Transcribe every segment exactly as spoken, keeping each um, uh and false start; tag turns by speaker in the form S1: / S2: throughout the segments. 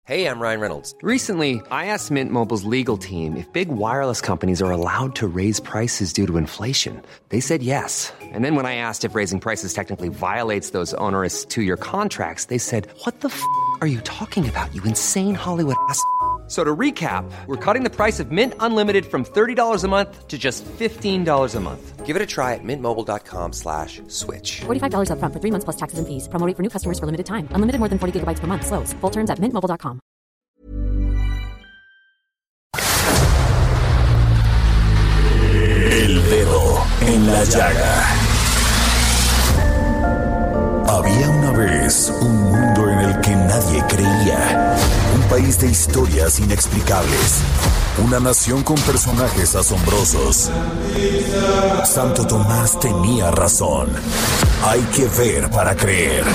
S1: Hey, I'm Ryan Reynolds.
S2: Recently, I asked Mint Mobile's legal team if big wireless companies are allowed to raise prices due to inflation. They said yes. And then when I asked if raising prices technically violates those onerous two-year contracts, they said, what the f*** are you talking about, you insane Hollywood ass f- So to recap, we're cutting the price of Mint Unlimited from thirty dollars a month to just fifteen dollars a month.
S1: Give it a try at mintmobile.com slash switch.
S3: forty-five dollars up front for three months plus taxes and fees. Promo rate for new customers for limited time. Unlimited more than forty gigabytes per month. Slows full terms at mint mobile dot com.
S4: El dedo en la llaga. Había una vez un mundo en el que nadie creía. Un país de historias inexplicables. Una nación con personajes asombrosos. Santo Tomás tenía razón. Hay que ver para creer.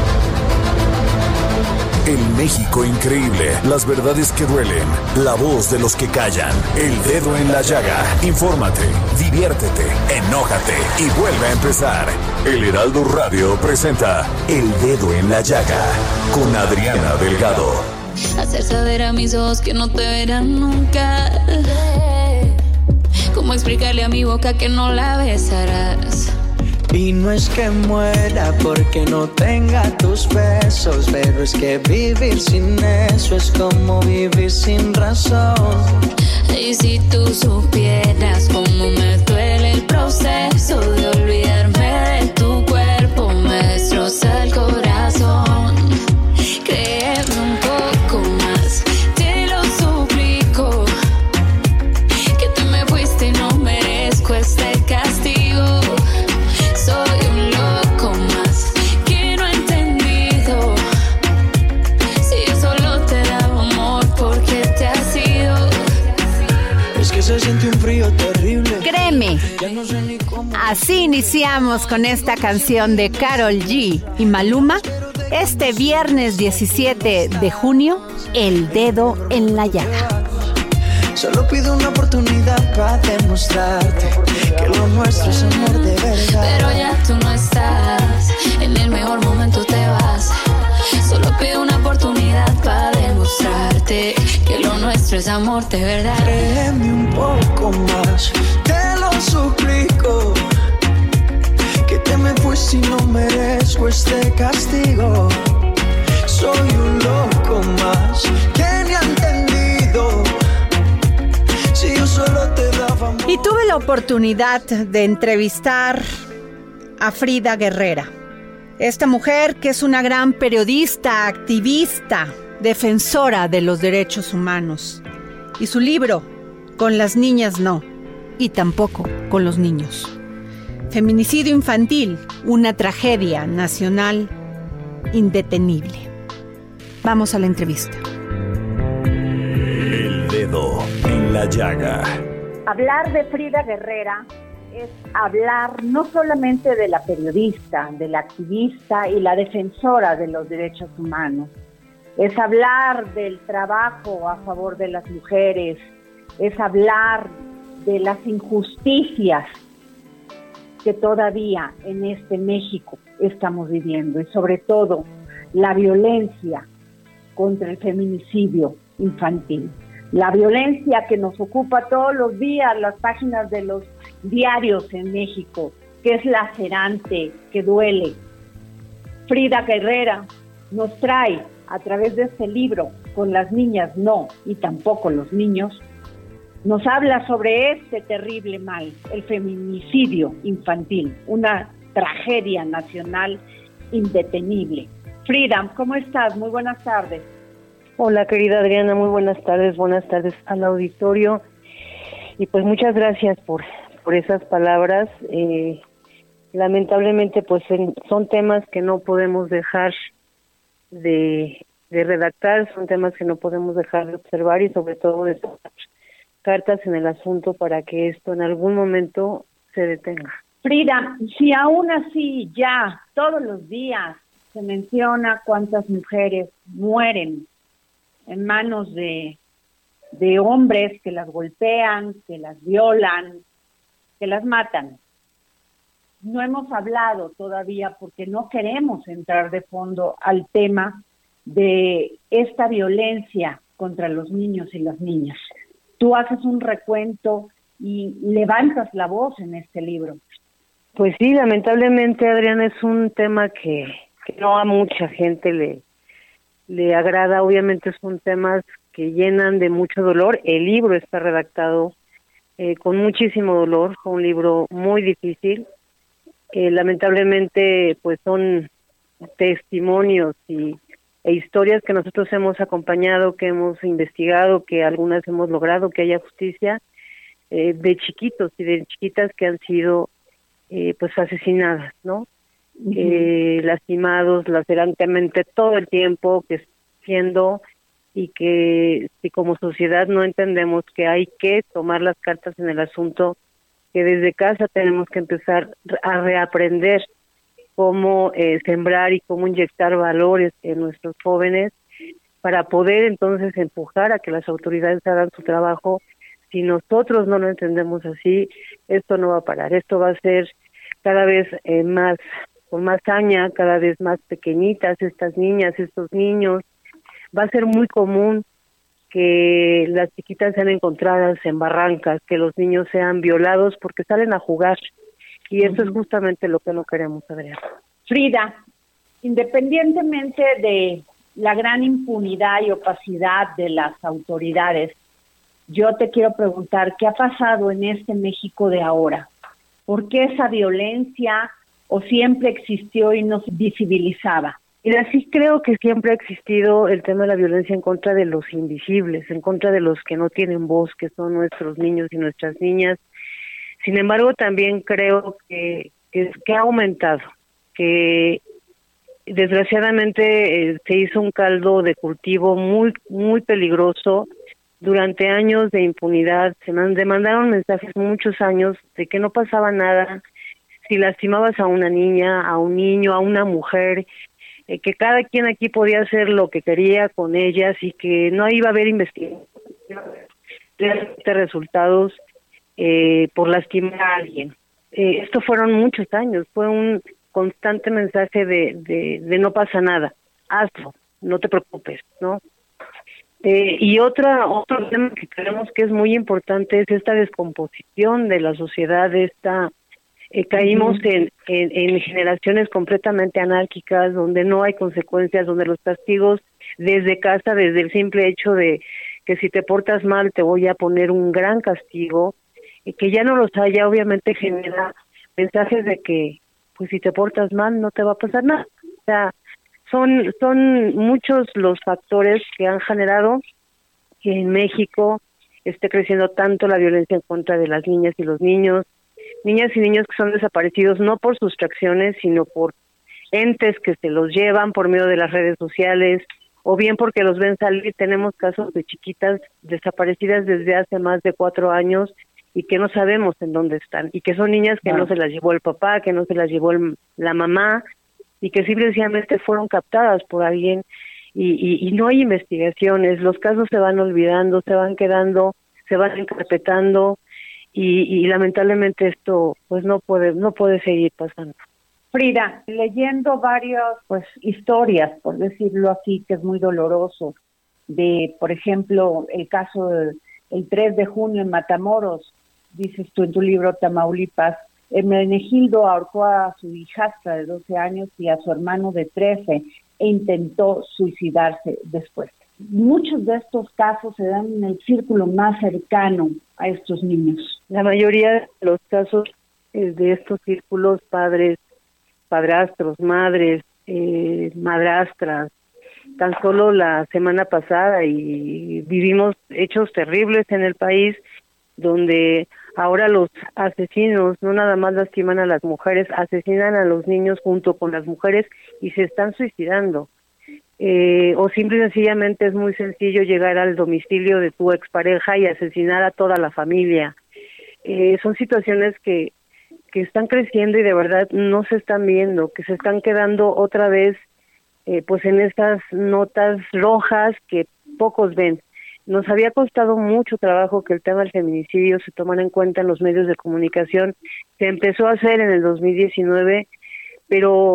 S4: El México increíble, las verdades que duelen, la voz de los que callan, el dedo en la llaga. Infórmate, diviértete, enójate y vuelve a empezar. El Heraldo Radio presenta El Dedo en la Llaga con Adriana Delgado.
S5: Hacer saber a mis ojos que no te verán nunca. ¿Cómo explicarle a mi boca que no la besarás?
S6: Y no es que muera porque no tenga tus besos, pero es que vivir sin eso es como vivir sin razón.
S5: Y si tú supieras cómo me duele el proceso de olvidarme de tu cuerpo, me destroza el corazón. Créeme un poco más, te lo suplico, que te me fuiste y no merezco este castigo. Soy un loco más que no he entendido. Si yo solo te daba amor, porque te has ido.
S6: Es que se siente un frío terrible.
S7: Créeme,
S6: Ya no sé ni cómo.
S7: así iniciamos con esta canción de Karol G y Maluma. Este viernes diecisiete de junio, El Dedo en la Llaga.
S6: Solo pido una oportunidad para demostrarte que lo nuestro es amor de verdad.
S5: Pero ya tú no estás, en el mejor momento te vas. Solo pido una oportunidad para demostrarte que lo nuestro es amor de verdad.
S6: Créeme un poco más, te lo suplico, que te me fuiste y no merezco este castigo. Soy un loco más que ni ha entendido. Si yo solo te daba amor.
S7: Y tuve la oportunidad de entrevistar a Frida Guerrera. Esta mujer que es una gran periodista, activista, defensora de los derechos humanos. Y su libro, Con las niñas no, y tampoco con los niños. Feminicidio infantil, una tragedia nacional indetenible. Vamos a la entrevista.
S4: El Dedo en la Llaga.
S8: Hablar de Frida Guerrera es hablar no solamente de la periodista, de la activista y la defensora de los derechos humanos. Es hablar del trabajo a favor de las mujeres, es hablar de las injusticias que todavía en este México estamos viviendo y sobre todo la violencia contra el feminicidio infantil. La violencia que nos ocupa todos los días las páginas de los diarios en México, que es lacerante, que duele. Frida Guerrera nos trae a través de este libro, Con las niñas no y tampoco los niños, nos habla sobre este terrible mal, el feminicidio infantil, una tragedia nacional indetenible. Frida, ¿cómo estás? Muy buenas tardes.
S9: Hola, querida Adriana, muy buenas tardes, buenas tardes al auditorio. Y pues muchas gracias por, por esas palabras. Eh, lamentablemente, pues en, son temas que no podemos dejar de, de redactar, son temas que no podemos dejar de observar y sobre todo de tomar cartas en el asunto para que esto en algún momento se detenga.
S8: Frida, si aún así ya todos los días se menciona cuántas mujeres mueren en manos de, de hombres que las golpean, que las violan, que las matan. No hemos hablado todavía porque no queremos entrar de fondo al tema de esta violencia contra los niños y las niñas. Tú haces un recuento y levantas la voz en este libro.
S9: Pues sí, lamentablemente, Adriana, es un tema que, que no a mucha gente le, le agrada. Obviamente son temas que llenan de mucho dolor. El libro está redactado eh, con muchísimo dolor, fue un libro muy difícil. Eh, lamentablemente, pues son testimonios y, e historias que nosotros hemos acompañado, que hemos investigado, que algunas hemos logrado que haya justicia, eh, de chiquitos y de chiquitas que han sido Eh, pues asesinadas, ¿no? Uh-huh. Eh, lastimados lacerantemente todo el tiempo, que siendo y que si como sociedad no entendemos que hay que tomar las cartas en el asunto, que desde casa tenemos que empezar a reaprender cómo eh, sembrar y cómo inyectar valores en nuestros jóvenes para poder entonces empujar a que las autoridades hagan su trabajo. Si nosotros no lo entendemos así, esto no va a parar, esto va a ser cada vez eh, más, con más saña, cada vez más pequeñitas estas niñas, estos niños. Va a ser muy común que las chiquitas sean encontradas en barrancas, que los niños sean violados porque salen a jugar, y eso uh-huh. es justamente lo que no queremos, Adriana.
S8: Frida, independientemente de la gran impunidad y opacidad de las autoridades, yo te quiero preguntar, ¿qué ha pasado en este México de ahora? ¿Por qué esa violencia o siempre existió y no se visibilizaba?
S9: Mira, sí creo que siempre ha existido el tema de la violencia en contra de los invisibles, en contra de los que no tienen voz, que son nuestros niños y nuestras niñas. Sin embargo, también creo que, que, que ha aumentado, que desgraciadamente eh, se hizo un caldo de cultivo muy, muy peligroso. Durante años de impunidad se mandaron mensajes muchos años de que no pasaba nada si lastimabas a una niña, a un niño, a una mujer, eh, que cada quien aquí podía hacer lo que quería con ellas y que no iba a haber investigación de resultados eh, por lastimar a alguien. Eh, esto fueron muchos años, fue un constante mensaje de, de, de no pasa nada, hazlo, no te preocupes, ¿no? Eh, y otra otro tema que creemos que es muy importante es esta descomposición de la sociedad, esta eh, caímos uh-huh. en, en, en generaciones completamente anárquicas, donde no hay consecuencias, donde los castigos desde casa, desde el simple hecho de que si te portas mal te voy a poner un gran castigo, y que ya no los haya, obviamente genera mensajes de que pues si te portas mal no te va a pasar nada. O sea, Son, son muchos los factores que han generado que en México esté creciendo tanto la violencia en contra de las niñas y los niños, niñas y niños que son desaparecidos no por sustracciones, sino por entes que se los llevan por medio de las redes sociales, o bien porque los ven salir. Tenemos casos de chiquitas desaparecidas desde hace más de cuatro años y que no sabemos en dónde están, y que son niñas que ah. no se las llevó el papá, que no se las llevó el, la mamá, y que simplemente fueron captadas por alguien, y, y, y no hay investigaciones, los casos se van olvidando, se van quedando, se van encarpetando, y, y lamentablemente esto pues no puede no puede seguir pasando.
S8: Frida, leyendo varias pues historias, por decirlo así, que es muy doloroso, de, por ejemplo, el caso del el tres de junio en Matamoros, dices tú en tu libro Tamaulipas, Hermenegildo ahorcó a su hijastra de doce años y a su hermano de trece e intentó suicidarse después. Muchos de estos casos se dan en el círculo más cercano a estos niños.
S9: La mayoría de los casos eh, de estos círculos, padres, padrastros, madres, eh, madrastras, tan solo la semana pasada y vivimos hechos terribles en el país donde ahora los asesinos no nada más lastiman a las mujeres, asesinan a los niños junto con las mujeres y se están suicidando. Eh, o simple y sencillamente es muy sencillo llegar al domicilio de tu expareja y asesinar a toda la familia. Eh, son situaciones que, que están creciendo y de verdad no se están viendo, que se están quedando otra vez eh, pues en estas notas rojas que pocos ven. Nos había costado mucho trabajo que el tema del feminicidio se tomara en cuenta en los medios de comunicación. Se empezó a hacer en el dos mil diecinueve, pero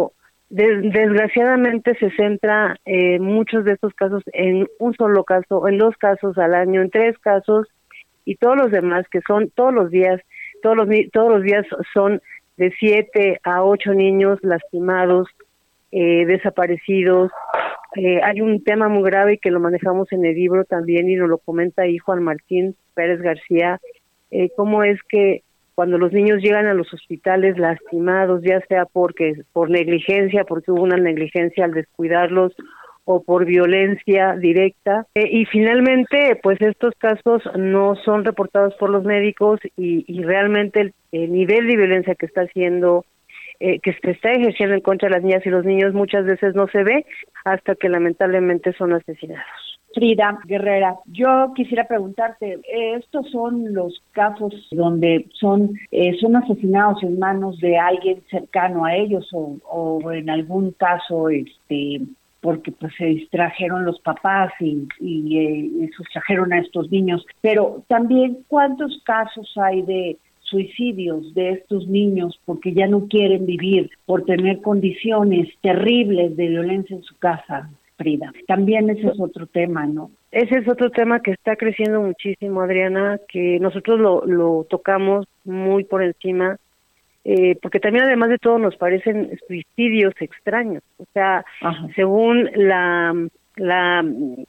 S9: Des- desgraciadamente se centra eh, muchos de estos casos en un solo caso, en dos casos al año, en tres casos, y todos los demás que son todos los días, todos los ni- todos los días son de siete a ocho niños lastimados, eh, desaparecidos. Eh, hay un tema muy grave que lo manejamos en el libro también y nos lo comenta ahí Juan Martín Pérez García, eh, cómo es que cuando los niños llegan a los hospitales lastimados, ya sea porque por negligencia, porque hubo una negligencia al descuidarlos, o por violencia directa, eh, y finalmente pues estos casos no son reportados por los médicos y, y realmente el, el nivel de violencia que está haciendo eh, que se está ejerciendo en contra de las niñas y los niños muchas veces no se ve hasta que lamentablemente son asesinados.
S8: Frida Guerrera, yo quisiera preguntarte, estos son los casos donde son eh, son asesinados en manos de alguien cercano a ellos o, o en algún caso este porque pues se distrajeron los papás y, y, eh, y sustrajeron a estos niños, pero también ¿cuántos casos hay de suicidios de estos niños porque ya no quieren vivir por tener condiciones terribles de violencia en su casa, Frida? También ese es otro tema, ¿no?
S9: Ese es otro tema que está creciendo muchísimo, Adriana, que nosotros lo, lo tocamos muy por encima, eh, porque también además de todo nos parecen suicidios extraños. O sea, Ajá. según la, la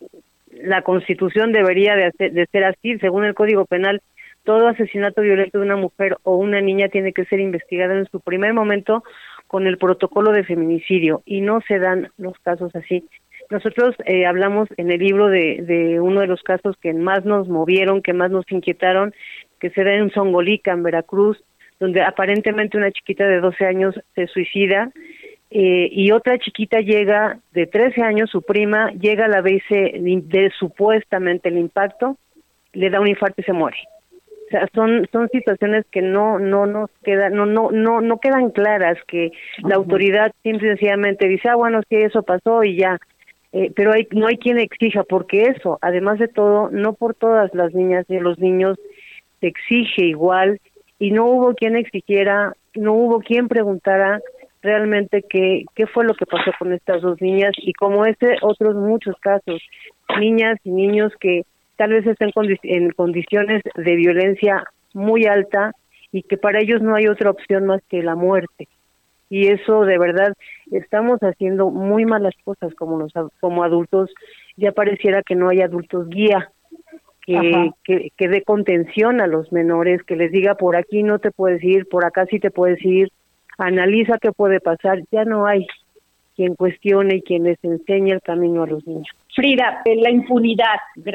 S9: la Constitución debería de, hacer, de ser así, según el Código Penal, todo asesinato violento de una mujer o una niña tiene que ser investigado en su primer momento con el protocolo de feminicidio, y no se dan los casos así. Nosotros eh, hablamos en el libro de, de uno de los casos que más nos movieron, que más nos inquietaron, que se da en Zongolica, en Veracruz, donde aparentemente una chiquita de doce años se suicida, eh, y otra chiquita llega de trece años, su prima, llega a la vez de supuestamente el impacto, le da un infarto y se muere. O sea, son son situaciones que no no nos quedan no no no no quedan claras, que la uh-huh. autoridad simple y sencillamente dice, ah, bueno, sí, eso pasó y ya. Eh, pero hay, no hay quien exija, porque eso, además de todo, no por todas las niñas y los niños se exige igual, y no hubo quien exigiera, no hubo quien preguntara realmente qué qué fue lo que pasó con estas dos niñas, y como este, otros muchos casos, niñas y niños que tal vez estén condi- en condiciones de violencia muy alta y que para ellos no hay otra opción más que la muerte. Y eso, de verdad, estamos haciendo muy malas cosas como los como adultos. Ya pareciera que no hay adultos guía, que, que, que dé contención a los menores, que les diga por aquí no te puedes ir, por acá sí te puedes ir, analiza qué puede pasar. Ya no hay quien cuestione y quien les enseñe el camino a los niños.
S8: Frida, la impunidad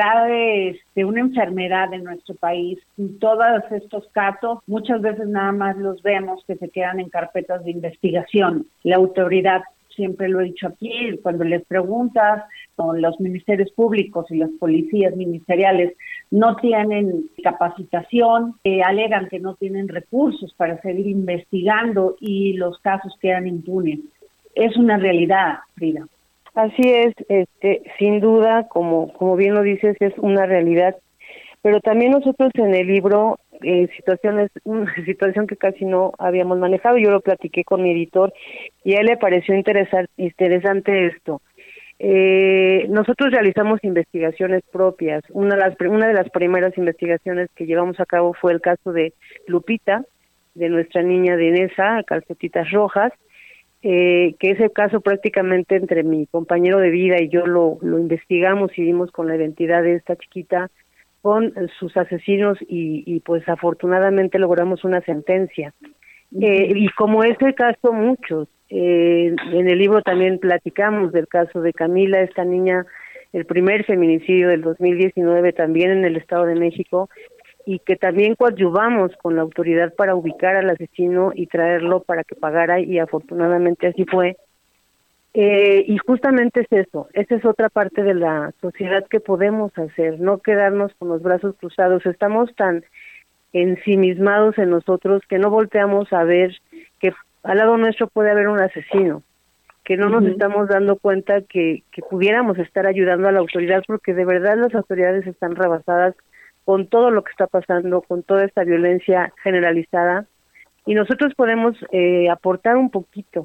S8: grave de una enfermedad en nuestro país, todos estos casos, muchas veces nada más los vemos que se quedan en carpetas de investigación. La autoridad, siempre lo he dicho aquí, cuando les preguntas, con los ministerios públicos y las policías ministeriales no tienen capacitación, eh, alegan que no tienen recursos para seguir investigando y los casos quedan impunes. Es una realidad, Frida.
S9: Así es, este, sin duda, como como bien lo dices, es una realidad. Pero también nosotros en el libro, eh, situaciones, una situación que casi no habíamos manejado, yo lo platiqué con mi editor y a él le pareció interesar, interesante esto. Eh, nosotros realizamos investigaciones propias. Una de las una de las primeras investigaciones que llevamos a cabo fue el caso de Lupita, de nuestra niña de Inesa, Calcetitas Rojas. Eh, que ese caso prácticamente entre mi compañero de vida y yo lo, lo investigamos y dimos con la identidad de esta chiquita, con sus asesinos y, y pues afortunadamente logramos una sentencia. Eh, y como ese caso muchos, eh, en el libro también platicamos del caso de Camila, esta niña, el primer feminicidio del dos mil diecinueve también en el Estado de México, y que también coadyuvamos con la autoridad para ubicar al asesino y traerlo para que pagara, y afortunadamente así fue. Eh, y justamente es eso, esa es otra parte de la sociedad que podemos hacer, no quedarnos con los brazos cruzados. Estamos tan ensimismados en nosotros que no volteamos a ver que al lado nuestro puede haber un asesino, que no uh-huh. nos estamos dando cuenta que, que pudiéramos estar ayudando a la autoridad, porque de verdad las autoridades están rebasadas con todo lo que está pasando, con toda esta violencia generalizada, y nosotros podemos eh, aportar un poquito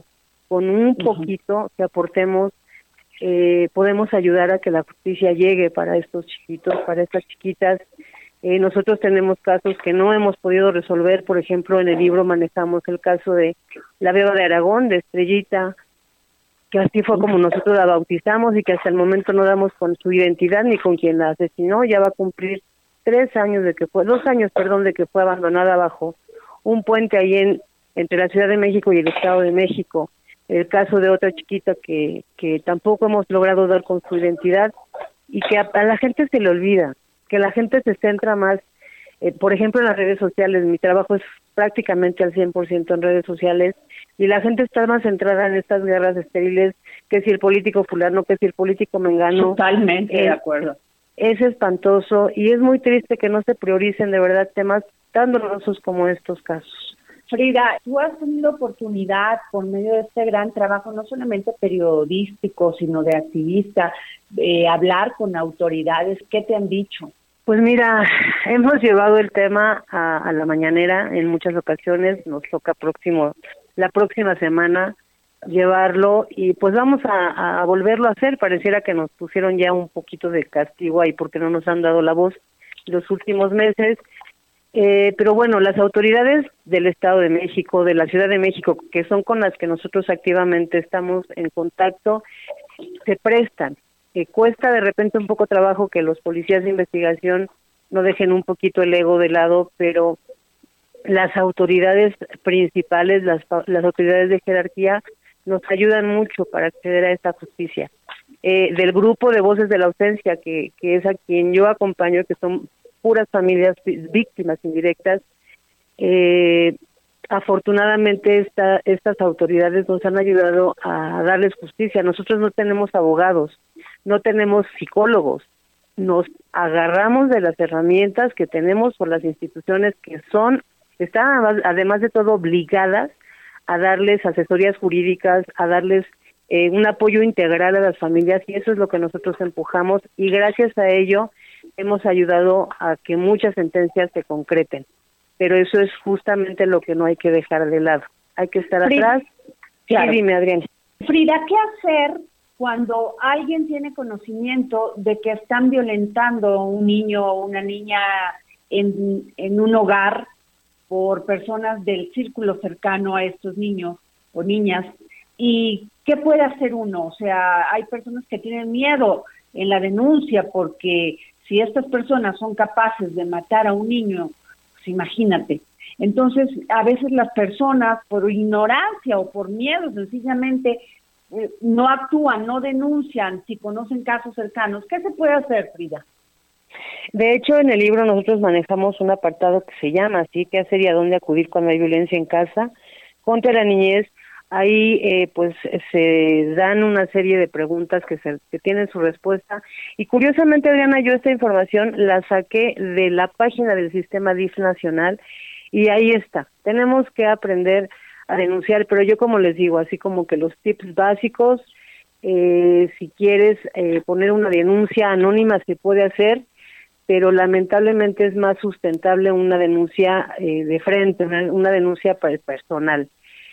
S9: con un poquito que aportemos, eh, podemos ayudar a que la justicia llegue para estos chiquitos, para estas chiquitas. Eh, nosotros tenemos casos que no hemos podido resolver. Por ejemplo, en el libro manejamos el caso de la Beba de Aragón, de Estrellita, que así fue como nosotros la bautizamos y que hasta el momento no damos con su identidad ni con quien la asesinó. Ya va a cumplir tres años de que fue, dos años, perdón, de que fue abandonada bajo un puente ahí en, entre la Ciudad de México y el Estado de México. El caso de otra chiquita que, que tampoco hemos logrado dar con su identidad y que a, a la gente se le olvida, que la gente se centra más, eh, por ejemplo, en las redes sociales. Mi trabajo es prácticamente al cien por ciento en redes sociales y la gente está más centrada en estas guerras estériles, que si el político fulano, que si el político mengano.
S8: Totalmente
S9: eh,
S8: de acuerdo.
S9: Es espantoso y es muy triste que no se prioricen de verdad temas tan dolorosos como estos casos.
S8: Frida, tú has tenido oportunidad por medio de este gran trabajo, no solamente periodístico, sino de activista, de hablar con autoridades. ¿Qué te han dicho?
S9: Pues mira, hemos llevado el tema a, a la mañanera en muchas ocasiones. Nos toca próximo, la próxima semana llevarlo y pues vamos a, a volverlo a hacer. Pareciera que nos pusieron ya un poquito de castigo ahí porque no nos han dado la voz los últimos meses. Eh, pero bueno, las autoridades del Estado de México, de la Ciudad de México, que son con las que nosotros activamente estamos en contacto, se prestan. Eh, cuesta de repente un poco trabajo que los policías de investigación no dejen un poquito el ego de lado, pero las autoridades principales, las, las autoridades de jerarquía, nos ayudan mucho para acceder a esta justicia. Eh, del grupo de Voces de la Ausencia, que, que es a quien yo acompaño, que son puras familias víctimas indirectas, eh, afortunadamente esta, estas autoridades nos han ayudado a darles justicia. Nosotros no tenemos abogados, no tenemos psicólogos, nos agarramos de las herramientas que tenemos por las instituciones que son, están además de todo obligadas a darles asesorías jurídicas, a darles eh, un apoyo integral a las familias, y eso es lo que nosotros empujamos, y gracias a ello hemos ayudado a que muchas sentencias se concreten, pero eso es justamente lo que no hay que dejar de lado. Hay que estar Frida, atrás.
S8: Claro.
S9: Sí, dime, Adriana.
S8: Frida, ¿qué hacer cuando alguien tiene conocimiento de que están violentando a un niño o una niña en, en un hogar por personas del círculo cercano a estos niños o niñas? ¿Y qué puede hacer uno? O sea, hay personas que tienen miedo en la denuncia porque si estas personas son capaces de matar a un niño, pues imagínate. Entonces, a veces las personas, por ignorancia o por miedo, sencillamente eh, no actúan, no denuncian si conocen casos cercanos. ¿Qué se puede hacer, Frida?
S9: De hecho, en el libro nosotros manejamos un apartado que se llama así, ¿qué hacer y a dónde acudir cuando hay violencia en casa contra la niñez? Ahí eh, pues se dan una serie de preguntas que, se, que tienen su respuesta, y curiosamente, Adriana, yo esta información la saqué de la página del sistema D I F nacional y ahí está. Tenemos que aprender a denunciar, pero yo como les digo, así como que los tips básicos, eh, si quieres eh, poner una denuncia anónima se puede hacer, pero lamentablemente es más sustentable una denuncia eh, de frente, una, una denuncia personal.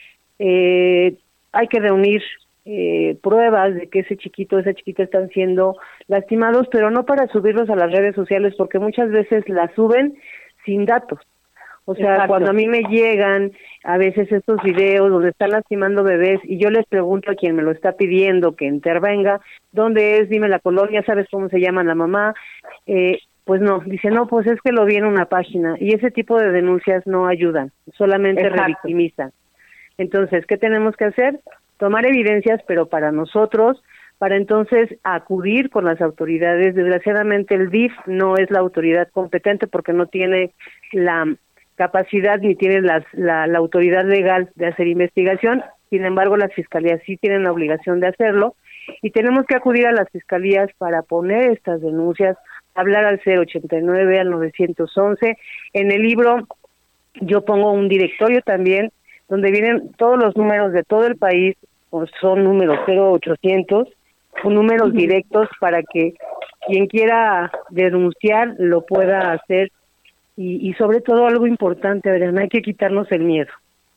S9: Eh, hay que reunir eh, pruebas de que ese chiquito, esa chiquita están siendo lastimados, pero no para subirlos a las redes sociales, porque muchas veces las suben sin datos. O sea, exacto, cuando a mí me llegan a veces estos videos donde están lastimando bebés y yo les pregunto a quien me lo está pidiendo que intervenga, ¿dónde es? Dime la colonia, ¿sabes cómo se llama la mamá? Eh, pues no, dice, no, pues es que lo vi en una página, y ese tipo de denuncias no ayudan, solamente exacto, revictimizan. Entonces, ¿qué tenemos que hacer? Tomar evidencias, pero para nosotros, para entonces acudir con las autoridades. Desgraciadamente el D I F no es la autoridad competente porque no tiene la capacidad ni tiene las, la, la autoridad legal de hacer investigación. Sin embargo, las fiscalías sí tienen la obligación de hacerlo y tenemos que acudir a las fiscalías para poner estas denuncias, hablar al cero ochenta y nueve, al novecientos once. En el libro yo pongo un directorio también donde vienen todos los números de todo el país, pues son números cero ochocientos, con números uh-huh. directos para que quien quiera denunciar lo pueda hacer, y, y sobre todo algo importante, Adriana, hay que quitarnos el miedo.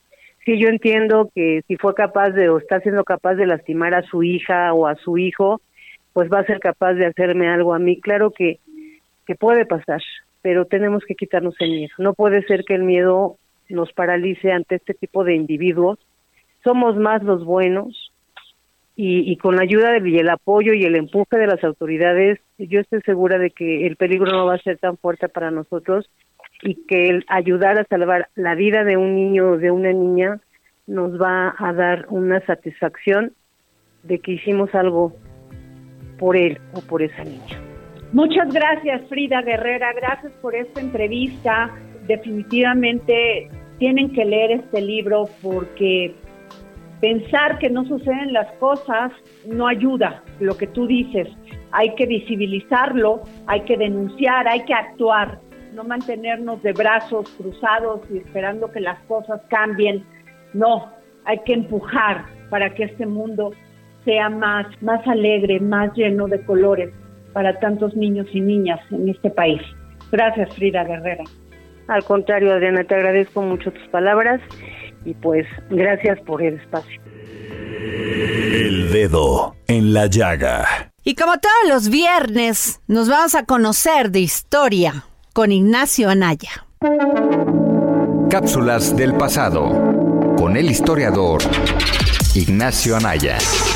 S9: sí, yo entiendo que si fue capaz de o está siendo capaz de lastimar a su hija o a su hijo, pues va a ser capaz de hacerme algo a mí. Claro que, que puede pasar, pero tenemos que quitarnos el miedo. No puede ser que el miedo nos paralice ante este tipo de individuos. Somos más los buenos y, y con la ayuda del, y el apoyo y el empuje de las autoridades, yo estoy segura de que el peligro no va a ser tan fuerte para nosotros y que el ayudar a salvar la vida de un niño o de una niña nos va a dar una satisfacción de que hicimos algo por él o por esa niña.
S8: Muchas gracias, Frida Guerrera, gracias por esta entrevista. Definitivamente tienen que leer este libro porque pensar que no suceden las cosas no ayuda, lo que tú dices. Hay que visibilizarlo, hay que denunciar, hay que actuar, no mantenernos de brazos cruzados y esperando que las cosas cambien. No, hay que empujar para que este mundo sea más, más alegre, más lleno de colores para tantos niños y niñas en este país. Gracias, Frida Guerrera.
S9: Al contrario, Adriana, te agradezco mucho tus palabras y pues gracias por el espacio.
S4: El dedo en la llaga.
S7: Y como todos los viernes, nos vamos a conocer de historia con Ignacio Anaya.
S10: Cápsulas del pasado con el historiador Ignacio Anaya.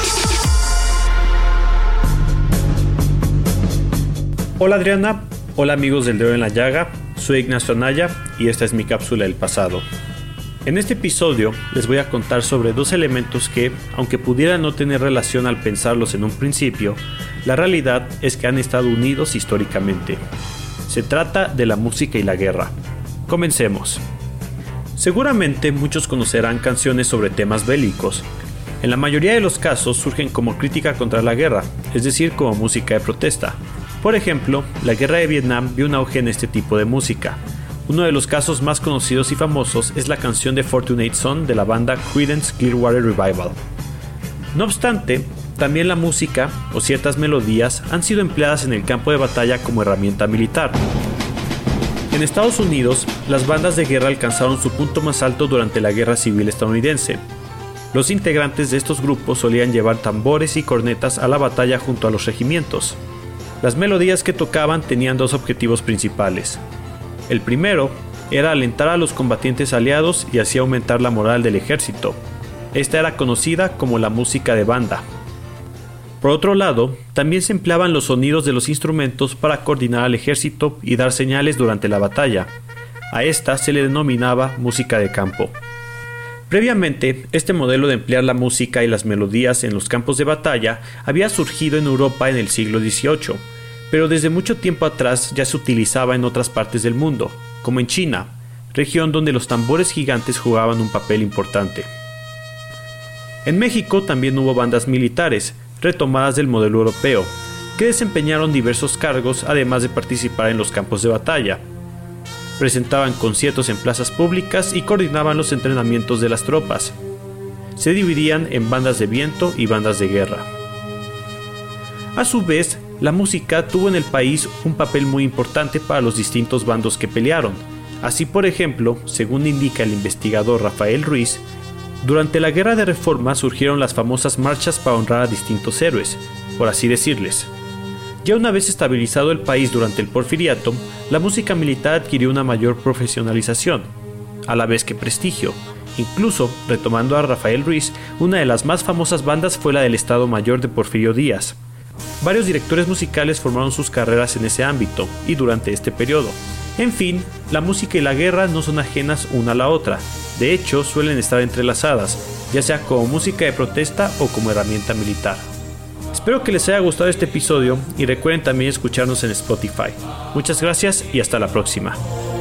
S11: Hola Adriana, hola amigos del Dedo en la Llaga, soy Ignacio Anaya y esta es mi cápsula del pasado. En este episodio les voy a contar sobre dos elementos que, aunque pudieran no tener relación al pensarlos en un principio, la realidad es que han estado unidos históricamente. Se trata de la música y la guerra. Comencemos. Seguramente muchos conocerán canciones sobre temas bélicos. En la mayoría de los casos surgen como crítica contra la guerra, es decir, como música de protesta. Por ejemplo, la guerra de Vietnam vio un auge en este tipo de música. Uno de los casos más conocidos y famosos es la canción de Fortunate Son de la banda Creedence Clearwater Revival. No obstante, también la música o ciertas melodías han sido empleadas en el campo de batalla como herramienta militar. En Estados Unidos, las bandas de guerra alcanzaron su punto más alto durante la Guerra Civil estadounidense. Los integrantes de estos grupos solían llevar tambores y cornetas a la batalla junto a los regimientos. Las melodías que tocaban tenían dos objetivos principales. El primero era alentar a los combatientes aliados y así aumentar la moral del ejército. Esta era conocida como la música de banda. Por otro lado, también se empleaban los sonidos de los instrumentos para coordinar al ejército y dar señales durante la batalla. A esta se le denominaba música de campo. Previamente, este modelo de emplear la música y las melodías en los campos de batalla había surgido en Europa en el siglo dieciocho, pero desde mucho tiempo atrás ya se utilizaba en otras partes del mundo, como en China, región donde los tambores gigantes jugaban un papel importante. En México también hubo bandas militares, retomadas del modelo europeo, que desempeñaron diversos cargos además de participar en los campos de batalla. Presentaban conciertos en plazas públicas y coordinaban los entrenamientos de las tropas. Se dividían en bandas de viento y bandas de guerra. A su vez, la música tuvo en el país un papel muy importante para los distintos bandos que pelearon. Así, por ejemplo, según indica el investigador Rafael Ruiz, durante la Guerra de Reforma surgieron las famosas marchas para honrar a distintos héroes, por así decirles. Ya una vez estabilizado el país durante el Porfiriato, la música militar adquirió una mayor profesionalización, a la vez que prestigio. Incluso, retomando a Rafael Ruiz, una de las más famosas bandas fue la del Estado Mayor de Porfirio Díaz. Varios directores musicales formaron sus carreras en ese ámbito y durante este periodo. En fin, la música y la guerra no son ajenas una a la otra. De hecho, suelen estar entrelazadas, ya sea como música de protesta o como herramienta militar. Espero que les haya gustado este episodio y recuerden también escucharnos en Spotify. Muchas gracias y hasta la próxima.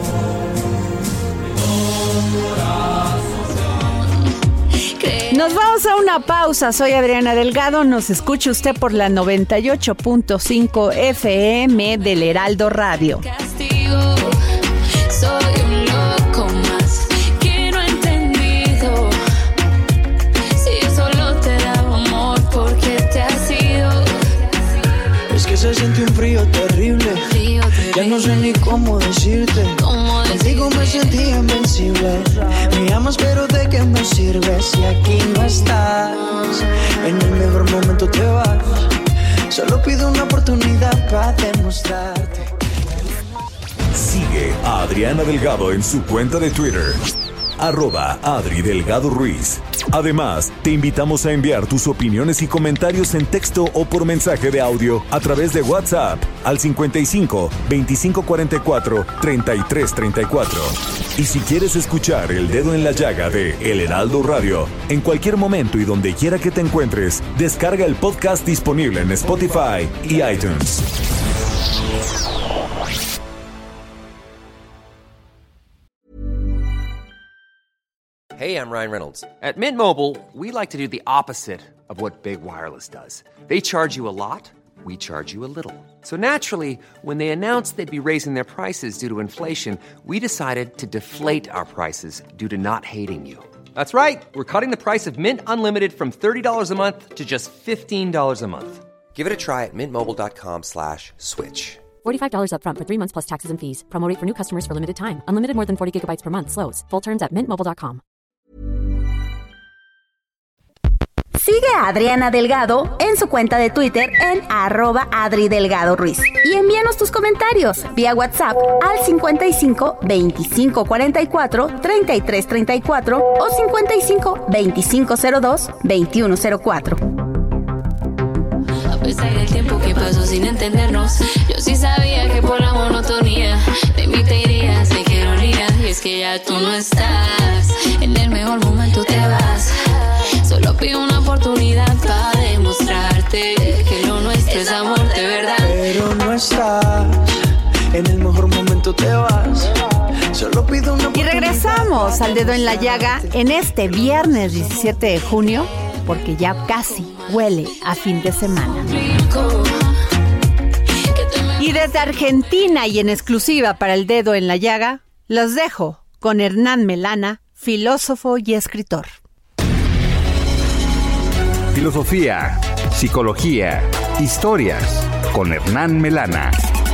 S7: Nos vamos a una pausa. Soy Adriana Delgado. Nos escucha usted por la noventa y ocho punto cinco F M del Heraldo Radio.
S5: Castigo, soy un loco más que no he entendido. Si yo solo te daba amor, ¿por qué te has ido?
S6: Es que se siente un frío terrible,
S5: Frío terrible.
S6: ya no sé ni cómo decirte.
S5: ¿Cómo
S6: Contigo me sentí invencible. Me amas pero de que me no sirve si aquí no estás. En el mejor momento te vas. Solo pido una oportunidad para demostrarte.
S4: Sigue a Adriana Delgado en su cuenta de Twitter, arroba Adri Delgado Ruiz. Además, te invitamos a enviar tus opiniones y comentarios en texto o por mensaje de audio a través de WhatsApp al cincuenta y cinco, veinticinco cuarenta y cuatro, treinta y tres treinta y cuatro. Y si quieres escuchar El Dedo en la Llaga de El Heraldo Radio, en cualquier momento y donde quiera que te encuentres, descarga el podcast disponible en Spotify y iTunes.
S1: Hey, I'm Ryan Reynolds.
S2: At Mint Mobile, we like to do the opposite of what Big Wireless does. They charge you a lot, we charge you a little. So naturally, when they announced they'd be raising their prices due to inflation, we decided to deflate our prices due to not hating you. That's right. We're cutting the price of Mint Unlimited from thirty dollars a month to just fifteen dollars a month.
S1: Give it a try at mintmobile.com slash switch.
S3: forty-five dollars up front for three months plus taxes and fees. Promo rate for new customers for limited time. Unlimited more than forty gigabytes per month. Slows full terms at mint mobile dot com.
S12: Sigue a Adriana Delgado en su cuenta de Twitter en arroba Adri Delgado Ruiz. Y envíanos tus comentarios vía WhatsApp al cincuenta y cinco, veinticinco cuarenta y cuatro, treinta y tres treinta y cuatro o cincuenta y cinco, veinticinco cero dos, veintiuno cero cuatro.
S5: A pesar del tiempo que pasó sin entendernos, yo sí sabía que por la monotonía de mí te irías, de qué ironía. Y es que ya tú no estás, en el mejor momento te vas. Solo pido una oportunidad para demostrarte que lo nuestro es amor de verdad.
S6: Pero no estás, en el mejor momento te vas. Solo pido una oportunidad.
S7: Y regresamos al Dedo en la Llaga en este viernes diecisiete de junio, porque ya casi huele a fin de semana. Y desde Argentina y en exclusiva para el Dedo en la Llaga, los dejo con Hernán Melana, filósofo y escritor.
S10: Filosofía, psicología, historias con Hernán Melana.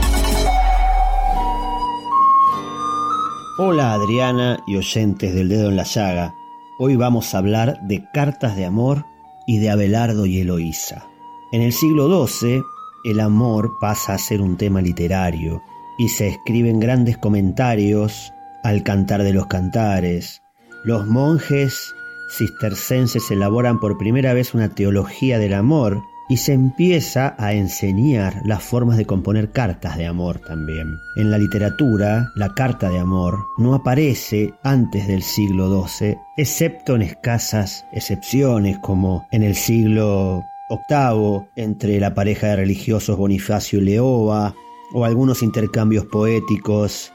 S13: Hola Adriana y oyentes del Dedo en la Llaga. Hoy vamos a hablar de cartas de amor y de Abelardo y Eloísa. En el siglo doce, el amor pasa a ser un tema literario y se escriben grandes comentarios al Cantar de los Cantares. Los monjes cistercenses elaboran por primera vez una teología del amor y se empieza a enseñar las formas de componer cartas de amor también. En la literatura, la carta de amor no aparece antes del siglo doce, excepto en escasas excepciones, como en el siglo octavo, entre la pareja de religiosos Bonifacio y Leoba, o algunos intercambios poéticos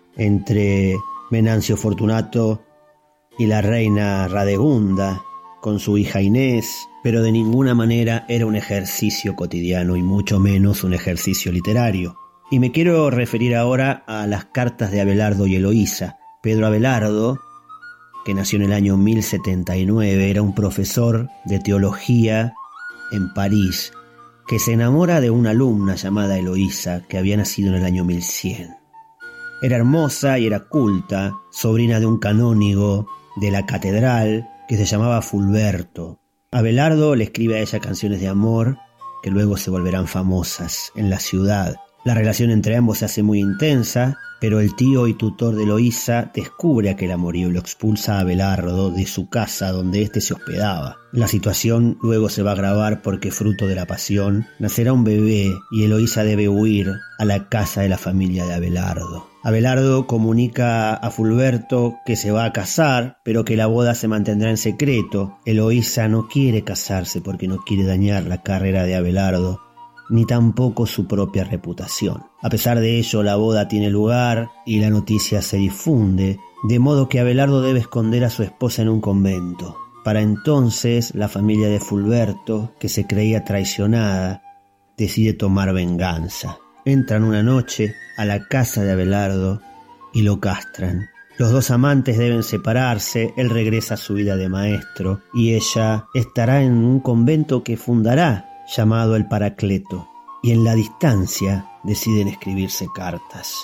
S13: entre Venancio Fortunato y la reina Radegunda con su hija Inés, pero de ninguna manera era un ejercicio cotidiano y mucho menos un ejercicio literario. Y me quiero referir ahora a las cartas de Abelardo y Eloísa. Pedro Abelardo, que nació en el año mil setenta y nueve, era un profesor de teología en París, que se enamora de una alumna llamada Eloísa, que había nacido en el año mil cien. Era hermosa y era culta, sobrina de un canónigo de la catedral que se llamaba Fulberto. Abelardo le escribe a ella canciones de amor que luego se volverán famosas en la ciudad. La relación entre ambos se hace muy intensa, pero el tío y tutor de Eloísa descubre aquel amorío y lo expulsa a Abelardo de su casa donde éste se hospedaba. La situación luego se va a agravar porque, fruto de la pasión, nacerá un bebé y Eloísa debe huir a la casa de la familia de Abelardo. Abelardo comunica a Fulberto que se va a casar, pero que la boda se mantendrá en secreto. Eloísa no quiere casarse porque no quiere dañar la carrera de Abelardo, ni tampoco su propia reputación. A pesar de ello, la boda tiene lugar y la noticia se difunde, de modo que Abelardo debe esconder a su esposa en un convento. Para entonces, la familia de Fulberto, que se creía traicionada, decide tomar venganza. Entran una noche a la casa de Abelardo y lo castran. Los dos amantes deben separarse, él regresa a su vida de maestro y ella estará en un convento que fundará, llamado el Paracleto, y en la distancia deciden escribirse cartas.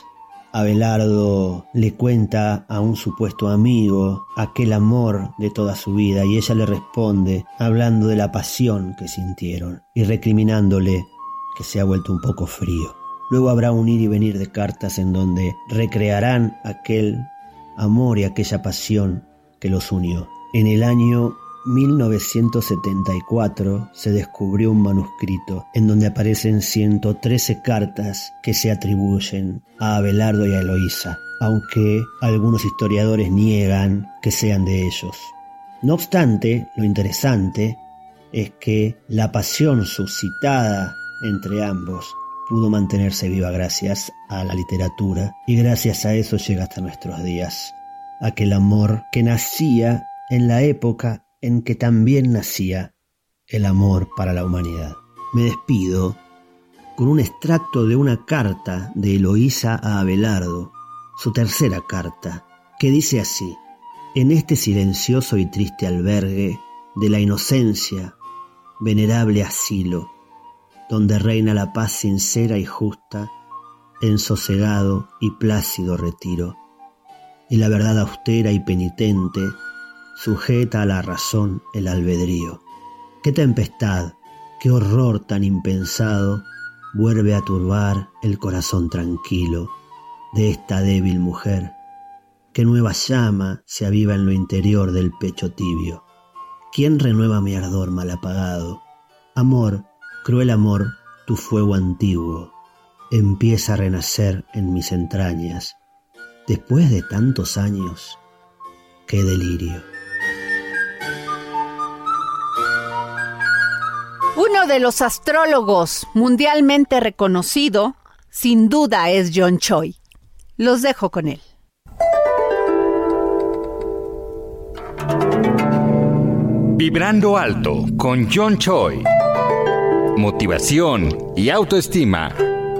S13: Abelardo le cuenta a un supuesto amigo aquel amor de toda su vida y ella le responde hablando de la pasión que sintieron y recriminándole que se ha vuelto un poco frío. Luego habrá un ir y venir de cartas en donde recrearán aquel amor y aquella pasión que los unió. En el año mil novecientos setenta y cuatro se descubrió un manuscrito en donde aparecen ciento trece cartas que se atribuyen a Abelardo y a Eloísa, aunque algunos historiadores niegan que sean de ellos. No obstante, lo interesante es que la pasión suscitada entre ambos pudo mantenerse viva gracias a la literatura y gracias a eso llega hasta nuestros días. Aquel amor que nacía en la época en que también nacía el amor para la humanidad. Me despido con un extracto de una carta de Eloísa a Abelardo, su tercera carta, que dice así: en este silencioso y triste albergue de la inocencia, venerable asilo, donde reina la paz sincera y justa, en sosegado y plácido retiro, y la verdad austera y penitente sujeta a la razón el albedrío. Qué tempestad, qué horror tan impensado vuelve a turbar el corazón tranquilo de esta débil mujer. Qué nueva llama se aviva en lo interior del pecho tibio. ¿Quién renueva mi ardor mal apagado? Amor, cruel amor, tu fuego antiguo empieza a renacer en mis entrañas. Después de tantos años, qué delirio.
S7: Uno de los astrólogos mundialmente reconocido, sin duda, es John Choi. Los dejo con él.
S10: Vibrando alto con John Choi. Motivación y autoestima.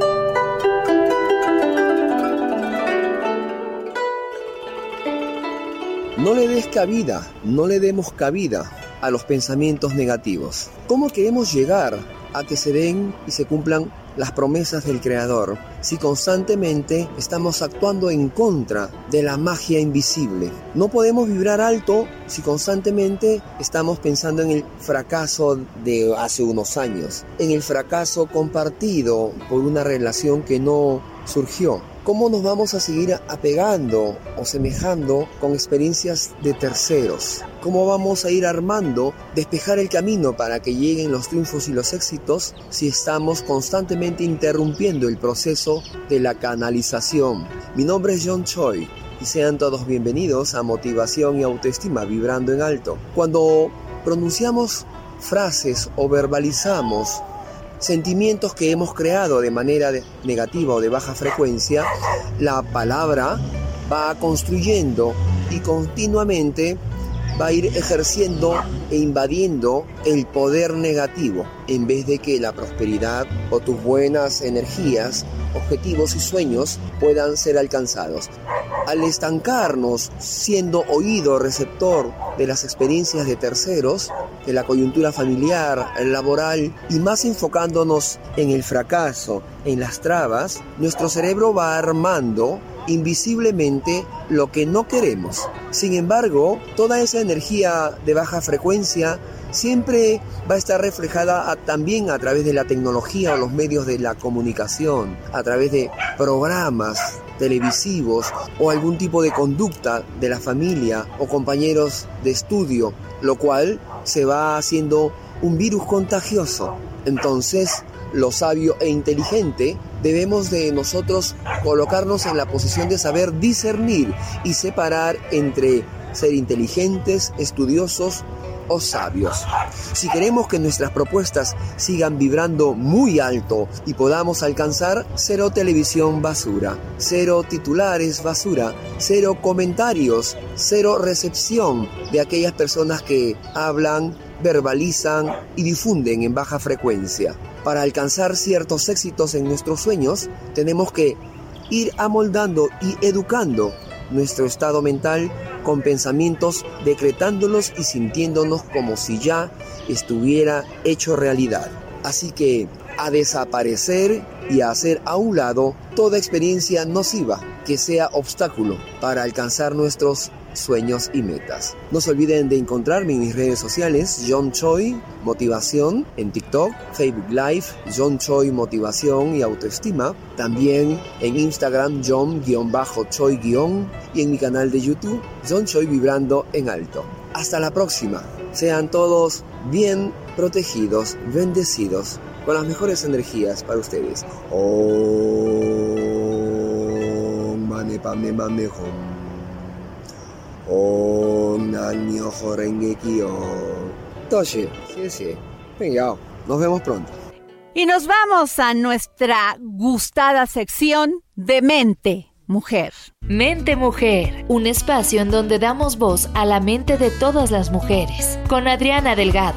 S14: No le des cabida, no le demos cabida a los pensamientos negativos. ¿Cómo queremos llegar a que se den y se cumplan las promesas del Creador si constantemente estamos actuando en contra de la magia invisible? No podemos vibrar alto si constantemente estamos pensando en el fracaso de hace unos años, en el fracaso compartido por una relación que no surgió. ¿Cómo nos vamos a seguir apegando o semejando con experiencias de terceros? ¿Cómo vamos a ir armando, despejar el camino para que lleguen los triunfos y los éxitos si estamos constantemente interrumpiendo el proceso de la canalización? Mi nombre es John Choi y sean todos bienvenidos a Motivación y Autoestima Vibrando en Alto. Cuando pronunciamos frases o verbalizamos sentimientos que hemos creado de manera de negativa o de baja frecuencia, la palabra va construyendo y continuamente va a ir ejerciendo e invadiendo el poder negativo, en vez de que la prosperidad o tus buenas energías, objetivos y sueños puedan ser alcanzados. Al estancarnos siendo oído receptor de las experiencias de terceros, de la coyuntura familiar, laboral y más enfocándonos en el fracaso, en las trabas, nuestro cerebro va armando invisiblemente lo que no queremos. Sin embargo, toda esa energía de baja frecuencia siempre va a estar reflejada a, también a través de la tecnología o los medios de la comunicación, a través de programas televisivos o algún tipo de conducta de la familia o compañeros de estudio, lo cual se va haciendo un virus contagioso. Entonces, lo sabio e inteligente, debemos de nosotros colocarnos en la posición de saber discernir y separar entre ser inteligentes, estudiosos o sabios. Si queremos que nuestras propuestas sigan vibrando muy alto y podamos alcanzar cero televisión basura, cero titulares basura, cero comentarios, cero recepción de aquellas personas que hablan, verbalizan y difunden en baja frecuencia. Para alcanzar ciertos éxitos en nuestros sueños, tenemos que ir amoldando y educando nuestro estado mental con pensamientos, decretándolos y sintiéndonos como si ya estuviera hecho realidad. Así que a desaparecer y a hacer a un lado toda experiencia nociva que sea obstáculo para alcanzar nuestros sueños y metas. No se olviden de encontrarme en mis redes sociales, John Choi Motivación, en TikTok, Facebook Live, John Choi Motivación y Autoestima, también en Instagram, John-Choi- y en mi canal de YouTube, John Choi Vibrando en Alto. Hasta la próxima. Sean todos bien protegidos, bendecidos, con las mejores energías para ustedes. Om mane pame mame hom. Om Namyo Horenge Kyo. Toshi, sí, sí. Venga, nos vemos pronto.
S7: Y nos vamos a nuestra gustada sección de Mente Mujer.
S5: Mente Mujer, un espacio en donde damos voz a la mente de todas las mujeres, con Adriana Delgado.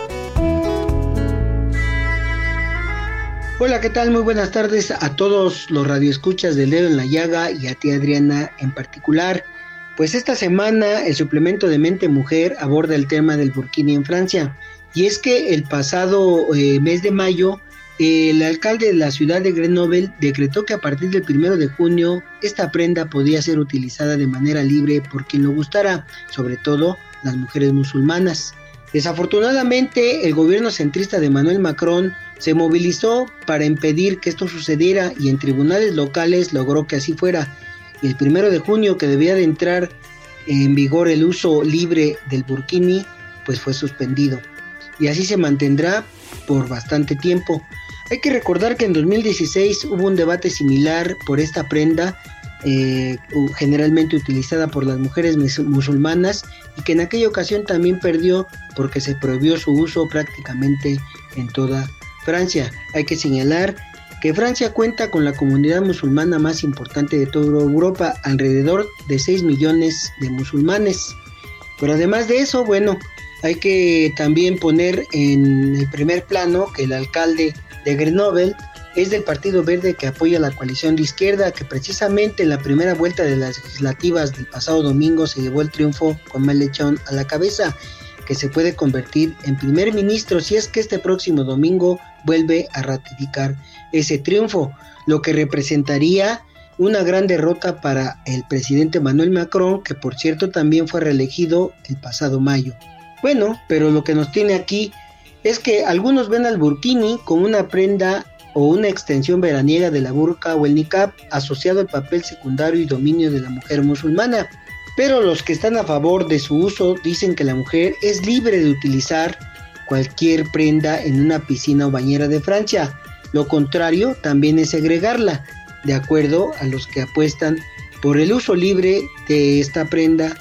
S15: Hola, ¿qué tal? Muy buenas tardes a todos los radioescuchas del Dedo en la Llaga y a ti, Adriana, en particular. Pues esta semana el suplemento de Mente Mujer aborda el tema del burkini en Francia. Y es que el pasado eh, mes de mayo, eh, el alcalde de la ciudad de Grenoble decretó que a partir del primero de junio esta prenda podía ser utilizada de manera libre por quien lo gustara, sobre todo las mujeres musulmanas. Desafortunadamente, el gobierno centrista de Emmanuel Macron se movilizó para impedir que esto sucediera y en tribunales locales logró que así fuera. Y el primero de junio, que debía de entrar en vigor el uso libre del burkini, pues fue suspendido. Y así se mantendrá por bastante tiempo. Hay que recordar que en dos mil dieciséis hubo un debate similar por esta prenda, eh, generalmente utilizada por las mujeres musulmanas, y que en aquella ocasión también perdió porque se prohibió su uso prácticamente en toda Francia. Hay que señalar que Francia cuenta con la comunidad musulmana más importante de toda Europa, alrededor de seis millones de musulmanes. Pero además de eso, bueno, hay que también poner en el primer plano que el alcalde de Grenoble es del Partido Verde, que apoya la coalición de izquierda, que precisamente en la primera vuelta de las legislativas del pasado domingo se llevó el triunfo con Mélenchon a la cabeza, que se puede convertir en primer ministro si es que este próximo domingo vuelve a ratificar ese triunfo, lo que representaría una gran derrota para el presidente Emmanuel Macron, que por cierto también fue reelegido el pasado mayo. Bueno, pero lo que nos tiene aquí es que algunos ven al burkini como una prenda o una extensión veraniega de la burka o el niqab, asociado al papel secundario y dominio de la mujer musulmana. Pero los que están a favor de su uso dicen que la mujer es libre de utilizar cualquier prenda en una piscina o bañera de Francia. Lo contrario también es segregarla, de acuerdo a los que apuestan por el uso libre de esta prenda,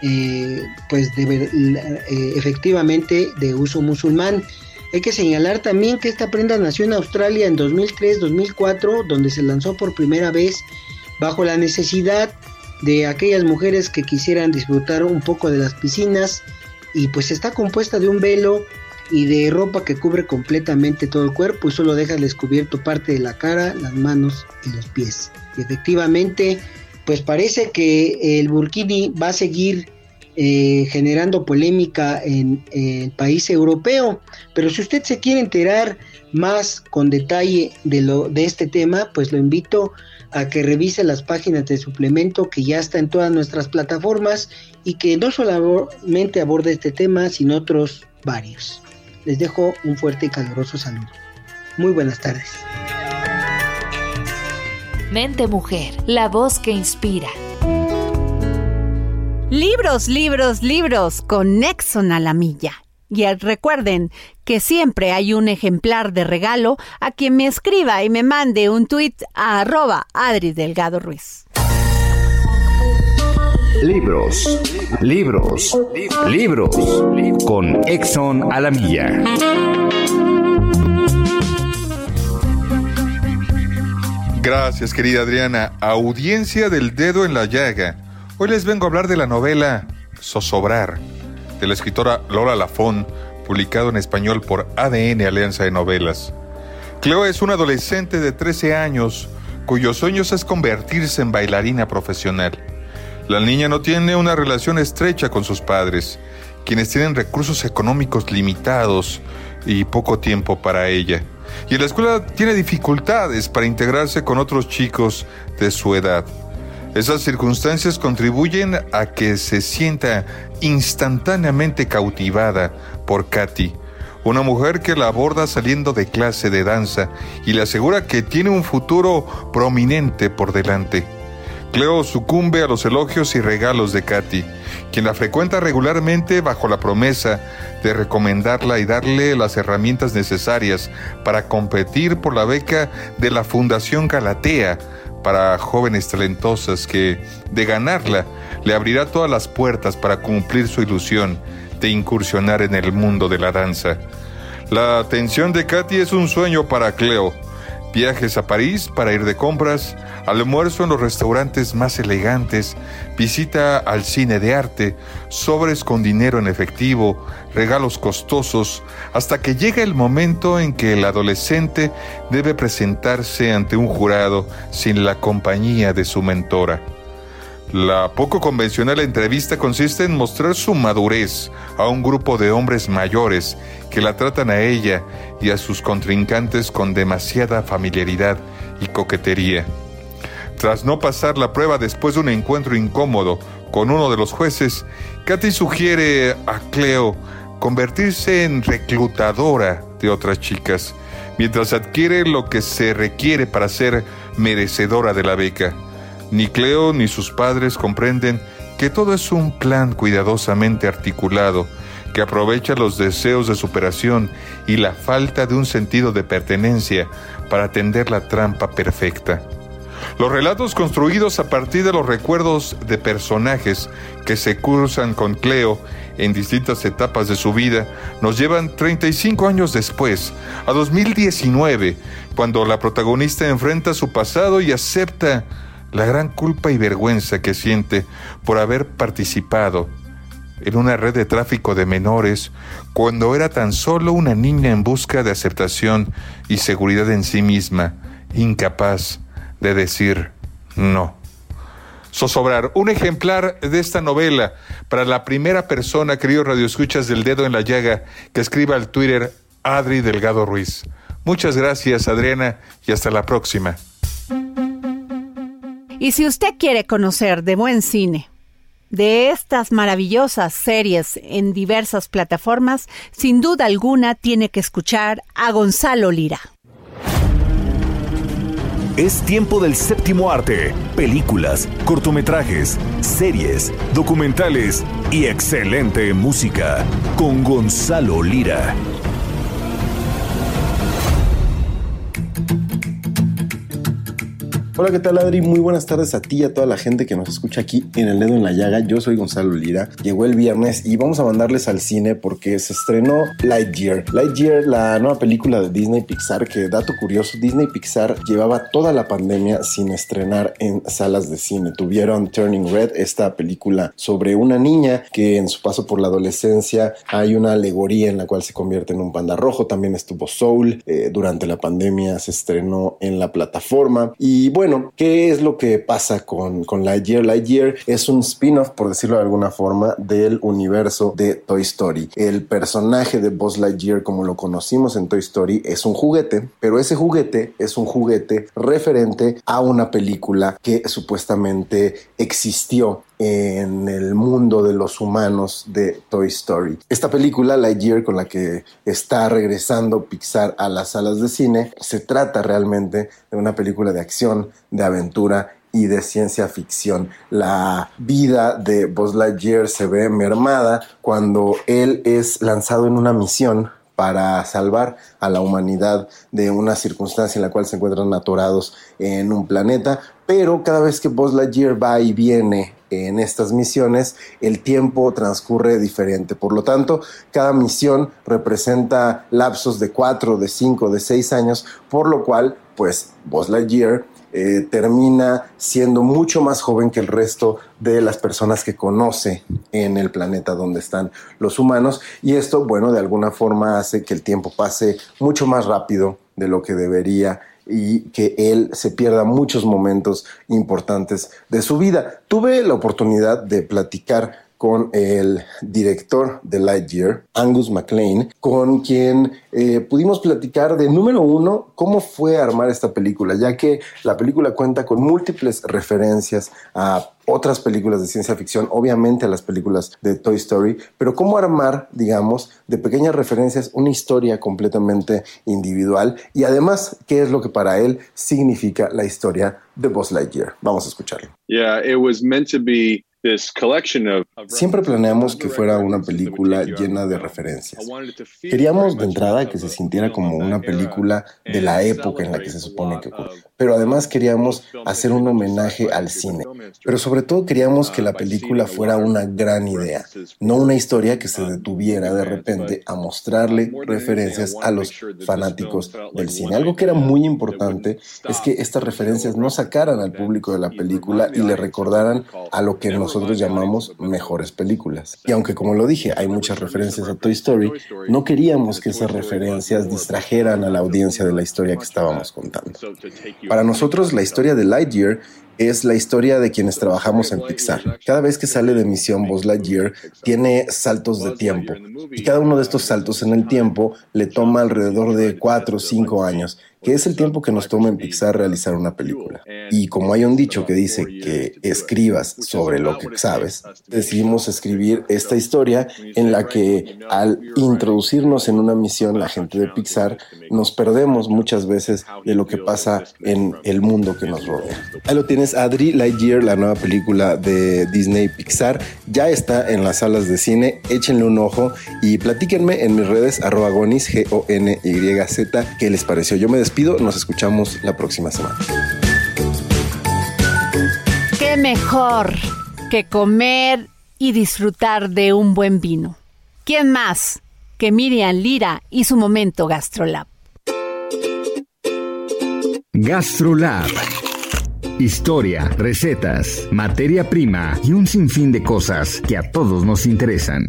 S15: eh, pues de, eh, efectivamente de uso musulmán. Hay que señalar también que esta prenda nació en Australia en dos mil tres dos mil cuatro, donde se lanzó por primera vez bajo la necesidad de aquellas mujeres que quisieran disfrutar un poco de las piscinas, y pues está compuesta de un velo y de ropa que cubre completamente todo el cuerpo y solo deja descubierto parte de la cara, las manos y los pies. Y efectivamente, pues parece que el burkini va a seguir eh, generando polémica en, en el país europeo, pero si usted se quiere enterar más con detalle de, lo, de este tema, pues lo invito a que revise las páginas de suplemento que ya está en todas nuestras plataformas y que no solamente aborda este tema, sino otros varios. Les dejo un fuerte y caluroso saludo. Muy buenas tardes.
S5: Mente Mujer, la voz que inspira.
S7: Libros, libros, libros con Nexon a la milla. Y recuerden que siempre hay un ejemplar de regalo a quien me escriba y me mande un tuit a arroba Adri Delgado Ruiz.
S10: Libros, libros, libros con Exxon a la milla.
S16: Gracias, querida Adriana. Audiencia del Dedo en la Llaga. Hoy les vengo a hablar de la novela Zozobrar, de la escritora Lola Lafón, publicado en español por A D N Alianza de Novelas. Cleo es una adolescente de trece años, cuyos sueños es convertirse en bailarina profesional. La niña no tiene una relación estrecha con sus padres, quienes tienen recursos económicos limitados y poco tiempo para ella. y en la escuela tiene dificultades para integrarse con otros chicos de su edad. Esas circunstancias contribuyen a que se sienta instantáneamente cautivada por Katy, una mujer que la aborda saliendo de clase de danza y le asegura que tiene un futuro prominente por delante. Cleo sucumbe a los elogios y regalos de Katy, quien la frecuenta regularmente bajo la promesa de recomendarla y darle las herramientas necesarias para competir por la beca de la Fundación Galatea para jóvenes talentosas que, de ganarla, le abrirá todas las puertas para cumplir su ilusión de incursionar en el mundo de la danza. La atención de Katy es un sueño para Cleo. Viajes a París para ir de compras, almuerzo en los restaurantes más elegantes, visita al cine de arte, sobres con dinero en efectivo, regalos costosos, hasta que llega el momento en que el adolescente debe presentarse ante un jurado sin la compañía de su mentora. La poco convencional entrevista consiste en mostrar su madurez a un grupo de hombres mayores que la tratan a ella y a sus contrincantes con demasiada familiaridad y coquetería. Tras no pasar la prueba después de un encuentro incómodo con uno de los jueces, Katy sugiere a Cleo convertirse en reclutadora de otras chicas, mientras adquiere lo que se requiere para ser merecedora de la beca. Ni Cleo ni sus padres comprenden que todo es un plan cuidadosamente articulado, que aprovecha los deseos de superación y la falta de un sentido de pertenencia para tender la trampa perfecta. Los relatos construidos a partir de los recuerdos de personajes que se cruzan con Cleo en distintas etapas de su vida nos llevan treinta y cinco años después, a dos mil diecinueve, cuando la protagonista enfrenta su pasado y acepta la gran culpa y vergüenza que siente por haber participado en una red de tráfico de menores cuando era tan solo una niña en busca de aceptación y seguridad en sí misma, incapaz de decir no. Zozobrar, un ejemplar de esta novela para la primera persona, queridos radioescuchas del Dedo en la Llaga, que escriba al Twitter Adri Delgado Ruiz. Muchas gracias, Adriana, y hasta la próxima.
S7: Y si usted quiere conocer de buen cine, de estas maravillosas series en diversas plataformas, sin duda alguna tiene que escuchar a Gonzalo Lira.
S4: Es tiempo del séptimo arte, películas, cortometrajes, series, documentales y excelente música con Gonzalo Lira.
S17: Hola, ¿qué tal, Adri? Muy buenas tardes a ti y a toda la gente que nos escucha aquí en El Dedo en la Llaga. Yo soy Gonzalo Lira. Llegó el viernes y vamos a mandarles al cine porque se estrenó Lightyear. Lightyear, la nueva película de Disney Pixar, que, dato curioso, Disney Pixar llevaba toda la pandemia sin estrenar en salas de cine. Tuvieron Turning Red, esta película sobre una niña que en su paso por la adolescencia hay una alegoría en la cual se convierte en un panda rojo. También estuvo Soul. Eh, durante la pandemia se estrenó en la plataforma. Y bueno, Bueno, ¿qué es lo que pasa con, con Lightyear? Lightyear es un spin-off, por decirlo de alguna forma, del universo de Toy Story. El personaje de Buzz Lightyear, como lo conocimos en Toy Story, es un juguete, pero ese juguete es un juguete referente a una película que supuestamente existió en el mundo de los humanos de Toy Story. Esta película, Lightyear, con la que está regresando Pixar a las salas de cine, se trata realmente de una película de acción, de aventura y de ciencia ficción. La vida de Buzz Lightyear se ve mermada cuando él es lanzado en una misión para salvar a la humanidad de una circunstancia en la cual se encuentran atorados en un planeta, pero cada vez que Buzz Lightyear va y viene en estas misiones, el tiempo transcurre diferente. Por lo tanto, cada misión representa lapsos de cuatro, de cinco, de seis años, por lo cual, pues, Buzz Lightyear Eh, termina siendo mucho más joven que el resto de las personas que conoce en el planeta donde están los humanos, y esto, bueno, de alguna forma hace que el tiempo pase mucho más rápido de lo que debería y que él se pierda muchos momentos importantes de su vida. Tuve la oportunidad de platicar con el director de Lightyear, Angus MacLane, con quien eh, pudimos platicar de, número uno, cómo fue armar esta película, ya que la película cuenta con múltiples referencias a otras películas de ciencia ficción, obviamente a las películas de Toy Story, pero cómo armar, digamos, de pequeñas referencias una historia completamente individual y además qué es lo que para él significa la historia de Buzz Lightyear. Vamos a escucharlo.
S18: Yeah, it was meant to be this collection of...
S17: Siempre planeamos que fuera una película llena de referencias. Queríamos de entrada que se sintiera como una película de la época en la que se supone que ocurre, pero además queríamos hacer un homenaje al cine. Pero sobre todo queríamos que la película fuera una gran idea, no una historia que se detuviera de repente a mostrarle referencias a los fanáticos del cine. Algo que era muy importante es que estas referencias no sacaran al público de la película y le recordaran a lo que nosotros llamamos mejores películas. Y aunque, como lo dije, hay muchas referencias a Toy Story, no queríamos que esas referencias distrajeran a la audiencia de la historia que estábamos contando. Para nosotros, la historia de Lightyear es la historia de quienes trabajamos en Pixar. Cada vez que sale de misión Buzz Lightyear tiene saltos de tiempo y cada uno de estos saltos en el tiempo le toma alrededor de cuatro o cinco años, que es el tiempo que nos toma en Pixar realizar una película. Y como hay un dicho que dice que escribas sobre lo que sabes, decidimos escribir esta historia en la que al introducirnos en una misión la gente de Pixar nos perdemos muchas veces de lo que pasa en el mundo que nos rodea. Ahí lo tienes, Adri, Lightyear, la nueva película de Disney Pixar, ya está en las salas de cine, échenle un ojo y platíquenme en mis redes arroba gonis, G O N Y Z, qué les pareció. Yo me despido, nos escuchamos la próxima semana.
S7: Qué mejor que comer y disfrutar de un buen vino. ¿Quién más que Miriam Lira y su momento GastroLab?
S10: GastroLab. Historia, recetas, materia prima y un sinfín de cosas que a todos nos interesan.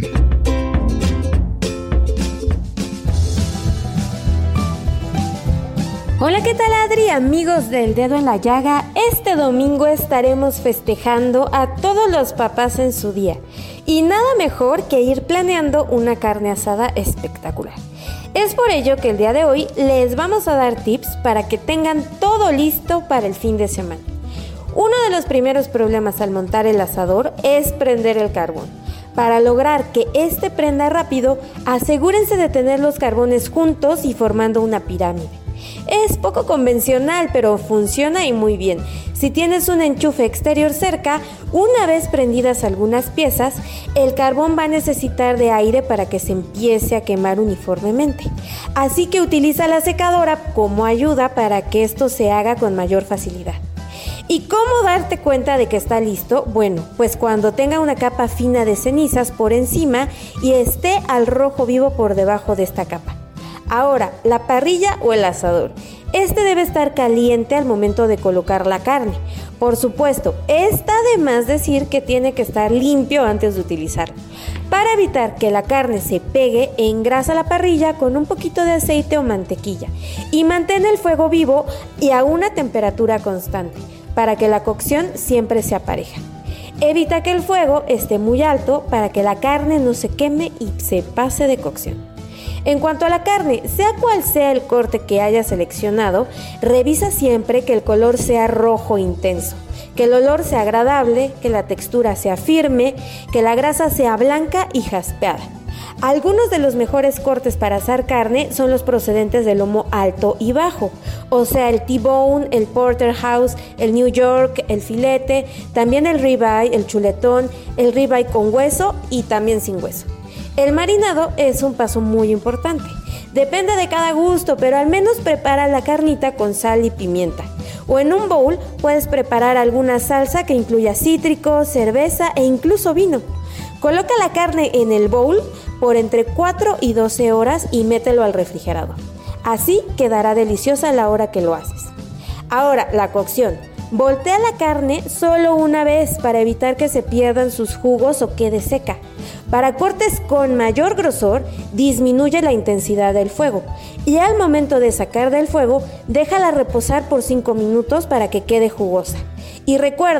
S19: Hola, ¿qué tal, Adri? Amigos del Dedo en la Llaga, este domingo estaremos festejando a todos los papás en su día. Y nada mejor que ir planeando una carne asada espectacular. Es por ello que el día de hoy les vamos a dar tips para que tengan todo listo para el fin de semana. Uno de los primeros problemas al montar el asador es prender el carbón. Para lograr que este prenda rápido, asegúrense de tener los carbones juntos y formando una pirámide. Es poco convencional, pero funciona y muy bien. Si tienes un enchufe exterior cerca, una vez prendidas algunas piezas, el carbón va a necesitar de aire para que se empiece a quemar uniformemente. Así que utiliza la secadora como ayuda para que esto se haga con mayor facilidad. ¿Y cómo darte cuenta de que está listo? Bueno, pues cuando tenga una capa fina de cenizas por encima y esté al rojo vivo por debajo de esta capa. Ahora, la parrilla o el asador. Este debe estar caliente al momento de colocar la carne. Por supuesto, está de más decir que tiene que estar limpio antes de utilizarlo. Para evitar que la carne se pegue, engrasa la parrilla con un poquito de aceite o mantequilla y mantén el fuego vivo y a una temperatura constante para que la cocción siempre sea pareja. Evita que el fuego esté muy alto para que la carne no se queme y se pase de cocción. En cuanto a la carne, sea cual sea el corte que hayas seleccionado, revisa siempre que el color sea rojo intenso, que el olor sea agradable, que la textura sea firme, que la grasa sea blanca y jaspeada. Algunos de los mejores cortes para asar carne son los procedentes del lomo alto y bajo, o sea, el T-bone, el porterhouse, el New York, el filete, también el ribeye, el chuletón, el ribeye con hueso y también sin hueso. El marinado es un paso muy importante. Depende de cada gusto, pero al menos prepara la carnita con sal y pimienta. O en un bowl puedes preparar alguna salsa que incluya cítricos, cerveza e incluso vino. Coloca la carne en el bowl por entre cuatro y doce horas y mételo al refrigerador. Así quedará deliciosa a la hora que lo haces. Ahora, la cocción. Voltea la carne solo una vez para evitar que se pierdan sus jugos o quede seca. Para cortes con mayor grosor, disminuye la intensidad del fuego y al momento de sacar del fuego, déjala reposar por cinco minutos para que quede jugosa. Y recuerda,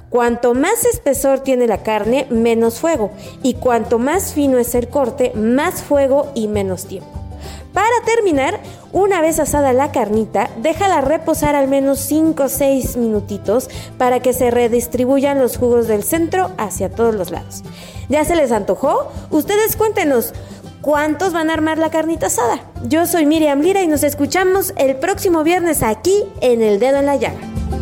S19: Cuanto más espesor tiene la carne, menos fuego. Y cuanto más fino es el corte, más fuego y menos tiempo. Para terminar, una vez asada la carnita, déjala reposar al menos cinco o seis minutitos para que se redistribuyan los jugos del centro hacia todos los lados. ¿Ya se les antojó? Ustedes cuéntenos, ¿cuántos van a armar la carnita asada? Yo soy Miriam Lira y nos escuchamos el próximo viernes aquí en El Dedo en la Llaga.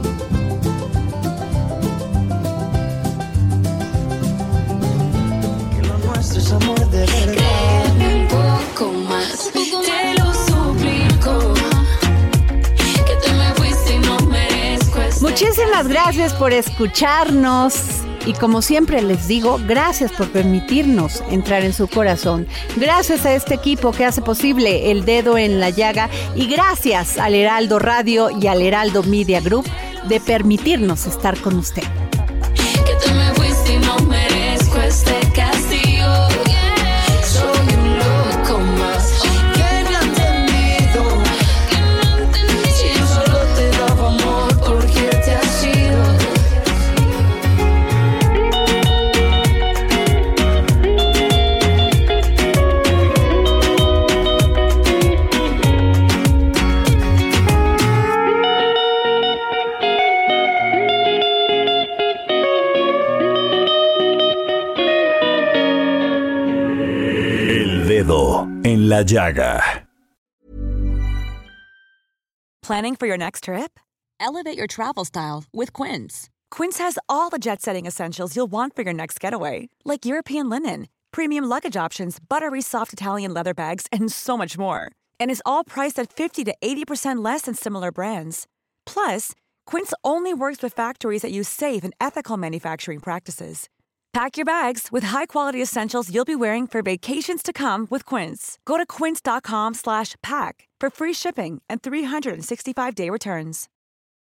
S6: Que lo nuestro es amor de verdad.
S5: Créeme un poco más, te lo suplico. Que te me fuiste y no merezco este
S7: Muchísimas gracias por escucharnos. Y como siempre les digo, gracias por permitirnos entrar en su corazón. Gracias a este equipo que hace posible El Dedo en la Llaga. Y gracias al Heraldo Radio y al Heraldo Media Group de permitirnos estar con usted.
S5: Que te me fuiste y no merezco este castigo. Soy un loco más
S6: Que me han tenido. Si yo solo te daba amor, ¿por qué te has ido?
S4: Dedo en la Llaga.
S20: Planning for your next trip? Elevate your travel style with Quince. Quince has all the jet-setting essentials you'll want for your next getaway, like European linen, premium luggage options, buttery soft Italian leather bags, and so much more. And is all priced at fifty to eighty percent less than similar brands. Plus, Quince only works with factories that use safe and ethical manufacturing practices. Pack your bags with high-quality essentials you'll be wearing for vacations to come with Quince. Go to quince.com slash pack for free shipping and three sixty-five day returns.